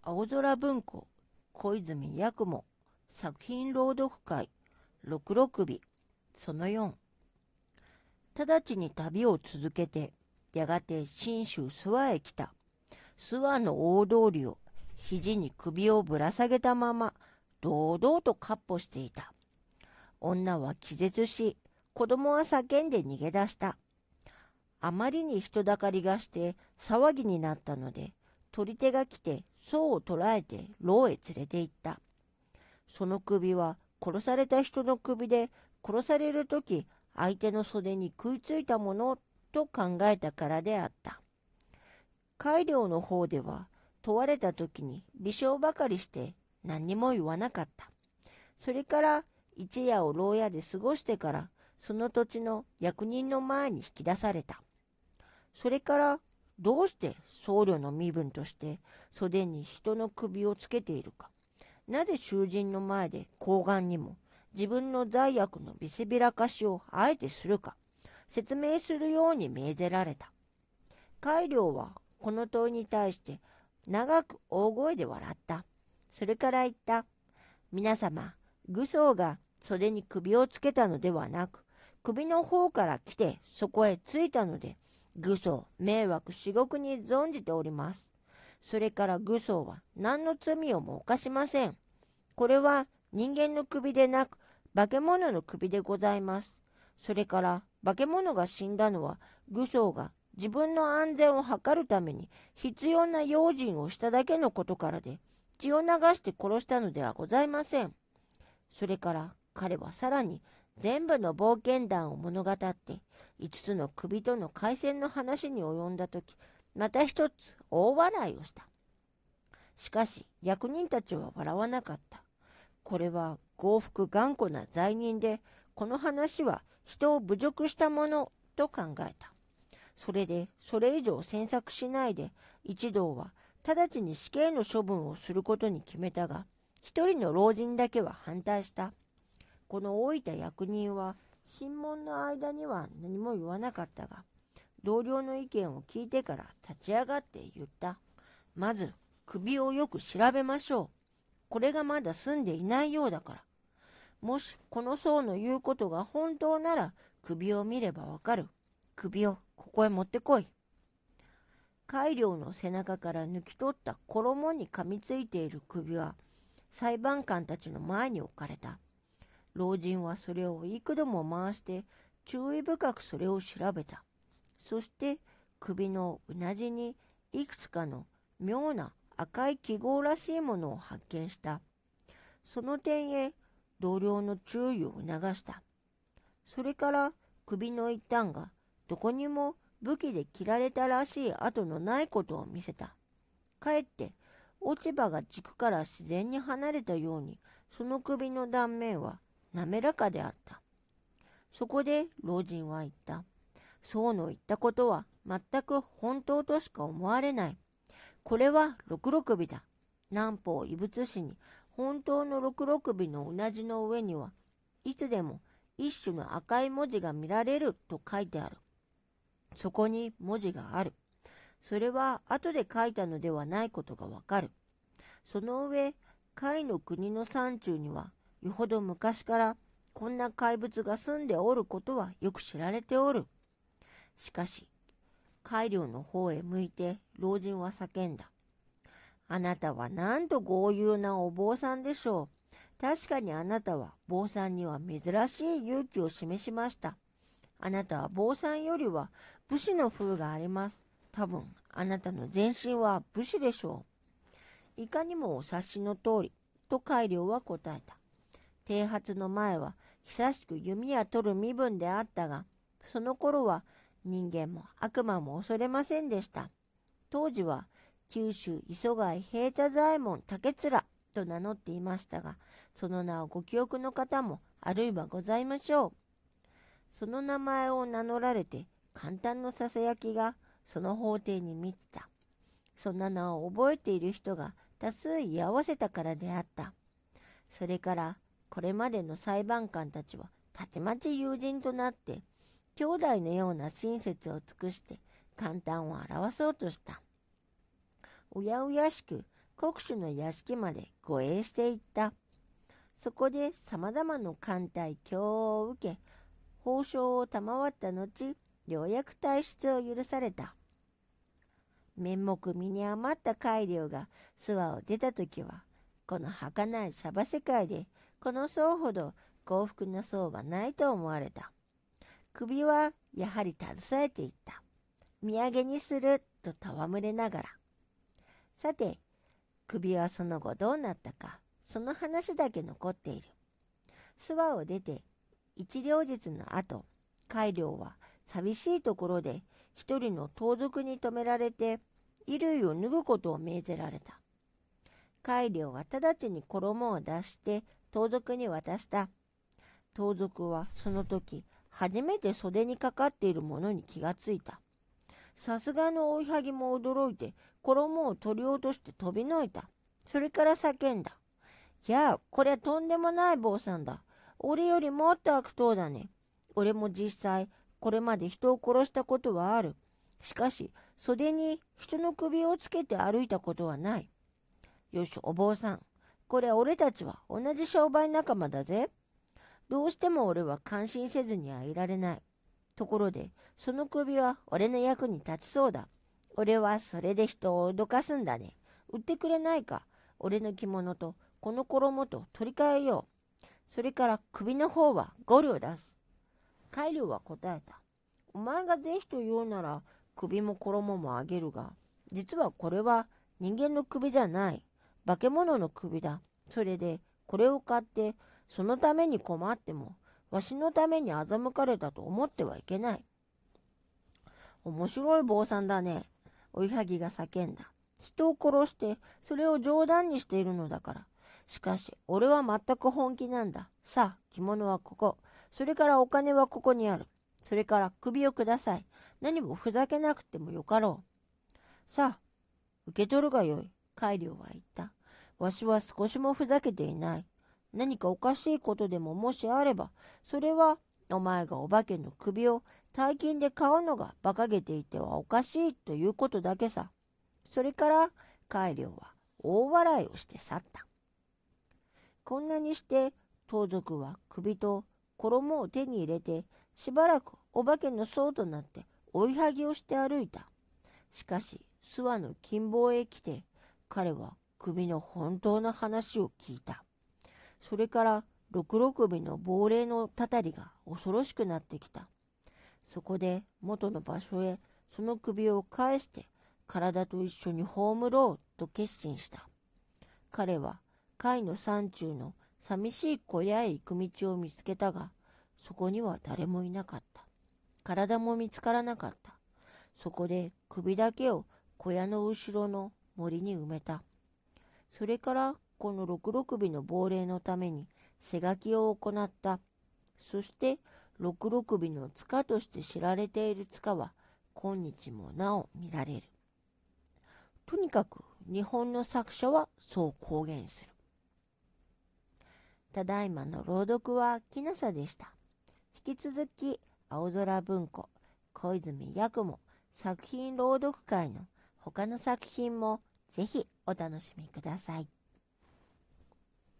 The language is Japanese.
青空文庫小泉八雲作品朗読会六六日その4。直ちに旅を続けて、やがて信州諏訪へ来た。諏訪の大通りを肘に首をぶら下げたまま堂々と闊歩していた。女は気絶し、子供は叫んで逃げ出した。あまりに人だかりがして騒ぎになったので、取り手が来て僧を捕らえて牢へ連れて行った。その首は殺された人の首で、殺されるとき相手の袖に食いついたものと考えたからであった。海領の方では問われたときに微笑ばかりして何にも言わなかった。それから一夜を牢屋で過ごしてから、その土地の役人の前に引き出された。それからどうして僧侶の身分として袖に人の首をつけているか、なぜ囚人の前で高顔にも自分の罪悪の見せびらかしをあえてするか、説明するように命ぜられた。海領はこの問いに対して長く大声で笑った。それから言った。皆様、愚僧が袖に首をつけたのではなく、首の方から来てそこへついたので、愚僧迷惑至極に存じております。それから愚僧は何の罪をも犯しません。これは人間の首でなく化け物の首でございます。それから化け物が死んだのは愚僧が自分の安全を図るために必要な用心をしただけのことからで、血を流して殺したのではございません。それから彼はさらに全部の冒険談を物語って5つの首との回戦の話に及んだとき、また一つ大笑いをした。しかし役人たちは笑わなかった。これは豪福頑固な罪人で、この話は人を侮辱したものと考えた。それでそれ以上詮索しないで、一同は直ちに死刑の処分をすることに決めたが、一人の老人だけは反対した。この老いた役人は審問の間には何も言わなかったが、同僚の意見を聞いてから立ち上がって言った。まず首をよく調べましょう。これがまだ済んでいないようだから。もしこの僧の言うことが本当なら、首を見ればわかる。首をここへ持ってこい。海領の背中から抜き取った衣に噛みついている首は裁判官たちの前に置かれた。老人はそれを幾度も回して注意深くそれを調べた。そして首のうなじにいくつかの妙な赤い記号らしいものを発見した。その点へ同僚の注意を促した。それから首の一端がどこにも武器で切られたらしい跡のないことを見せた。かえって落ち葉が軸から自然に離れたように、その首の断面は滑らかであった。そこで老人は言った。僧の言ったことは全く本当としか思われない。これは六六尾だ。南方異物詩に本当の六六尾のうなじの上にはいつでも一種の赤い文字が見られると書いてある。そこに文字がある。それは後で書いたのではないことがわかる。その上、甲斐の国の山中にはよほど昔からこんな怪物が住んでおることはよく知られておる。しかし海領の方へ向いて老人は叫んだ。あなたはなんと豪遊なお坊さんでしょう。確かにあなたは坊さんには珍しい勇気を示しました。あなたは坊さんよりは武士の風があります。多分あなたの全身は武士でしょう。いかにもお察しの通り、と海領は答えた。剃髪の前は久しく弓矢取る身分であったが、その頃は人間も悪魔も恐れませんでした。当時は九州磯貝平太左衛門竹面と名乗っていましたが、その名をご記憶の方もあるいはございましょう。その名前を名乗られて簡単のささやきがその法廷に満ちた。そんな名を覚えている人が多数居合わせたからであった。それからこれまでの裁判官たちはたちまち友人となって、兄弟のような親切を尽くして簡単を表そうとした。うやうやしく国主の屋敷まで護衛していった。そこで様々な艦隊供を受け、褒章を賜った後、ようやく退出を許された。面目身に余った海流が諏訪を出たときは、この儚いシャバ世界でこの僧ほど幸福な僧はないと思われた。首はやはり携えていった。土産にすると戯れながら。さて、首はその後どうなったか、その話だけ残っている。諏訪を出て一両日の後、海流は寂しいところで一人の盗賊に止められて、衣類を脱ぐことを命ぜられた。海流は直ちに衣を出して盗賊に渡した。盗賊はその時初めて袖にかかっているものに気がついた。さすがの追いはぎも驚いて衣を取り落として飛びのいた。それから叫んだ。いや、こりゃとんでもない坊さんだ。俺よりもっと悪党だね。俺も実際これまで人を殺したことはある。しかし袖に人の首をつけて歩いたことはない。よし、お坊さん。これは俺たちは同じ商売仲間だぜ。どうしても俺は感心せずにはいられない。ところで、その首は俺の役に立ちそうだ。俺はそれで人を脅かすんだね。売ってくれないか。俺の着物とこの衣と取り替えよう。それから首の方は5両出す。海流は答えた。お前がぜひと言うなら首も衣もあげるが、実はこれは人間の首じゃない。化け物の首だ。それでこれを買ってそのために困ってもわしのために欺かれたと思ってはいけない。面白い坊さんだね。追いはぎが叫んだ。人を殺してそれを冗談にしているのだから。しかし俺は全く本気なんだ。さあ、着物はここ。それからお金はここにある。それから首をください。何もふざけなくてもよかろう。さあ、受け取るがよい。海流は言った。わしは少しもふざけていない。何かおかしいことでももしあれば、それはお前がお化けの首を大金で買うのが馬鹿げていてはおかしいということだけさ。それから海流は大笑いをして去った。こんなにして盗賊は首と衣を手に入れてしばらくお化けの僧となって追いはぎをして歩いた。しかし諏訪の近傍へ来て彼は首の本当の話を聞いた。それから六六首の亡霊のたたりが恐ろしくなってきた。そこで元の場所へその首を返して体と一緒に葬ろうと決心した。彼は海の山中の寂しい小屋へ行く道を見つけたが、そこには誰もいなかった。体も見つからなかった。そこで首だけを小屋の後ろの森に埋めた。それからこの六六首の亡霊のために背書きを行った。そして六六首の塚として知られている塚は今日もなお見られる。とにかく日本の作者はそう公言する。ただいまの朗読はきなさでした。引き続き青空文庫小泉八雲作品朗読会の他の作品もぜひお楽しみください。